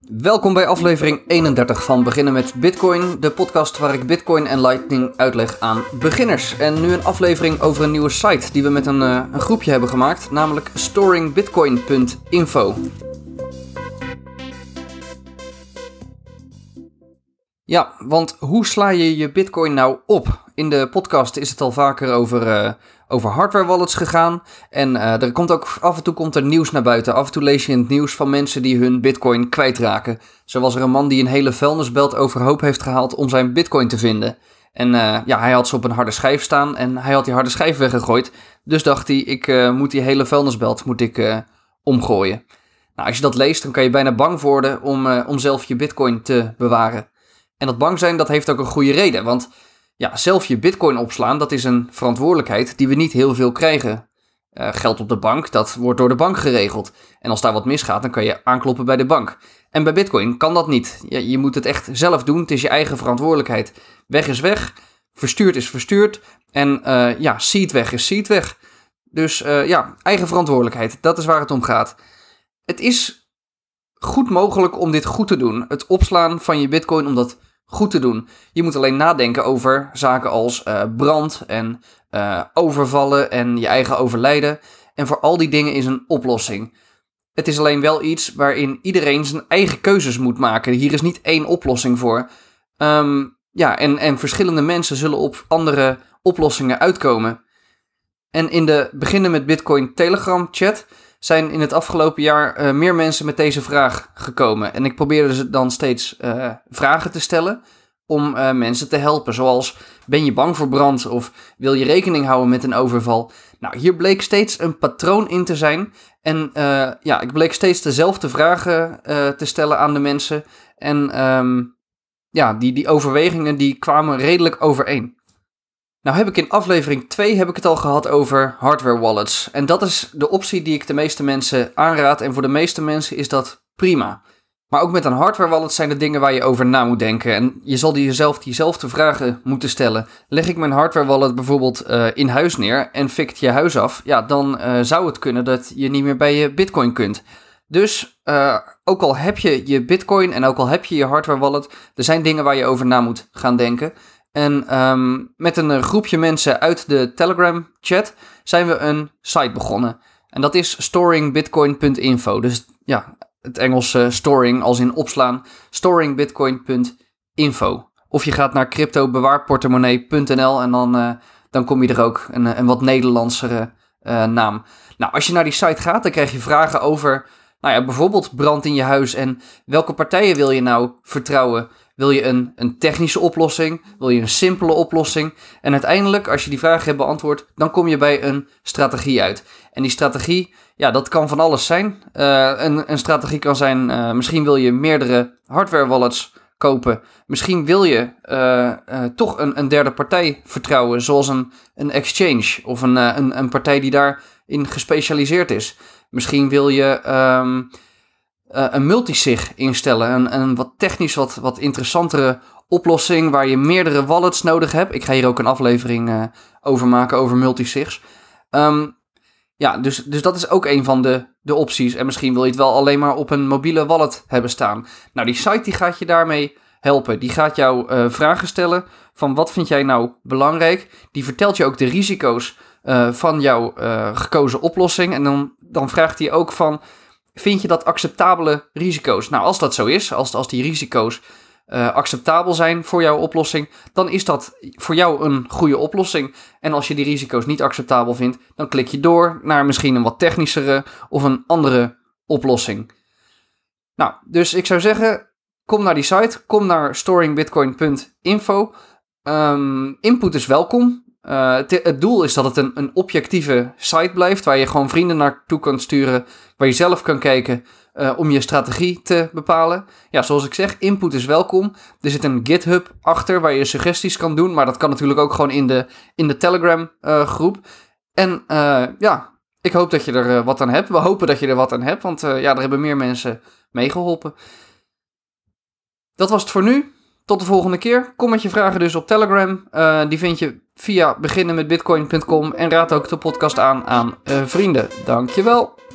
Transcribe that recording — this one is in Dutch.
Welkom bij aflevering 31 van Beginnen met Bitcoin, de podcast waar ik Bitcoin en Lightning uitleg aan beginners. En nu een aflevering over een nieuwe site die we met een groepje hebben gemaakt, namelijk storingbitcoin.info. Ja, want hoe sla je je Bitcoin nou op? In de podcast is het al vaker over hardware wallets gegaan. En er komt ook af en toe nieuws naar buiten. Af en toe lees je in het nieuws van mensen die hun Bitcoin kwijtraken. Zo was er een man die een hele vuilnisbelt overhoop heeft gehaald om zijn Bitcoin te vinden. En hij had ze op een harde schijf staan en hij had die harde schijf weggegooid. Dus dacht hij, ik moet die hele vuilnisbelt omgooien. Nou, als je dat leest, dan kan je bijna bang worden om zelf je Bitcoin te bewaren. En dat bang zijn, dat heeft ook een goede reden, want ja, zelf je Bitcoin opslaan, dat is een verantwoordelijkheid die we niet heel veel krijgen. Geld op de bank, dat wordt door de bank geregeld. En als daar wat misgaat, dan kan je aankloppen bij de bank. En bij Bitcoin kan dat niet. Je moet het echt zelf doen, het is je eigen verantwoordelijkheid. Weg is weg, verstuurd is verstuurd en seed weg is seed weg. Dus eigen verantwoordelijkheid, dat is waar het om gaat. Het is goed mogelijk om dit goed te doen. Het opslaan van je Bitcoin om dat goed te doen. Je moet alleen nadenken over zaken als brand en overvallen en je eigen overlijden. En voor al die dingen is een oplossing. Het is alleen wel iets waarin iedereen zijn eigen keuzes moet maken. Hier is niet één oplossing voor. En verschillende mensen zullen op andere oplossingen uitkomen. En in de Beginnen met Bitcoin Telegram chat zijn in het afgelopen jaar meer mensen met deze vraag gekomen. En ik probeerde ze dan steeds vragen te stellen om mensen te helpen. Zoals, ben je bang voor brand of wil je rekening houden met een overval? Nou, hier bleek steeds een patroon in te zijn. En ik bleek steeds dezelfde vragen te stellen aan de mensen. En die overwegingen die kwamen redelijk overeen. Nou heb ik in aflevering 2 het al gehad over hardware wallets. En dat is de optie die ik de meeste mensen aanraad. En voor de meeste mensen is dat prima. Maar ook met een hardware wallet zijn er dingen waar je over na moet denken. En je zal jezelf diezelfde vragen moeten stellen. Leg ik mijn hardware wallet bijvoorbeeld in huis neer en fikt je huis af. Ja, dan zou het kunnen dat je niet meer bij je Bitcoin kunt. Dus ook al heb je je Bitcoin en ook al heb je je hardware wallet, er zijn dingen waar je over na moet gaan denken. En met een groepje mensen uit de Telegram chat zijn we een site begonnen. En dat is storingbitcoin.info. Dus ja, het Engelse storing als in opslaan. storingbitcoin.info. Of je gaat naar cryptobewaarportemonnee.nl en dan kom je er ook. Een wat Nederlandsere naam. Nou, als je naar die site gaat, dan krijg je vragen over bijvoorbeeld brand in je huis en welke partijen wil je nou vertrouwen? Wil je een technische oplossing? Wil je een simpele oplossing? En uiteindelijk, als je die vragen hebt beantwoord, dan kom je bij een strategie uit. En die strategie, ja, dat kan van alles zijn. Een strategie kan zijn, misschien wil je meerdere hardware wallets kopen. Misschien wil je toch een derde partij vertrouwen, zoals een exchange of een partij die daarin gespecialiseerd is. Misschien wil je een multisig instellen, een wat technisch wat interessantere oplossing waar je meerdere wallets nodig hebt. Ik ga hier ook een aflevering over maken over multisigs. Dus dat is ook een van de opties. En misschien wil je het wel alleen maar op een mobiele wallet hebben staan. Nou, die site die gaat je daarmee helpen. Die gaat jou vragen stellen van wat vind jij nou belangrijk. Die vertelt je ook de risico's van jouw gekozen oplossing. En dan vraagt hij ook van, vind je dat acceptabele risico's? Nou, als dat zo is, als die risico's acceptabel zijn voor jouw oplossing, dan is dat voor jou een goede oplossing. En als je die risico's niet acceptabel vindt, dan klik je door naar misschien een wat technischere of een andere oplossing. Nou, dus ik zou zeggen, kom naar die site, kom naar storingbitcoin.info. Input is welkom. Het doel is dat het een objectieve site blijft, waar je gewoon vrienden naartoe kan sturen, waar je zelf kan kijken om je strategie te bepalen. Ja, zoals ik zeg, input is welkom. Er zit een GitHub achter waar je suggesties kan doen, maar dat kan natuurlijk ook gewoon in de Telegram groep. En ik hoop dat je er wat aan hebt. We hopen dat je er wat aan hebt, want er hebben meer mensen meegeholpen. Dat was het voor nu. Tot de volgende keer. Kom met je vragen dus op Telegram. Die vind je via beginnenmetbitcoin.com en raad ook de podcast aan vrienden. Dankjewel.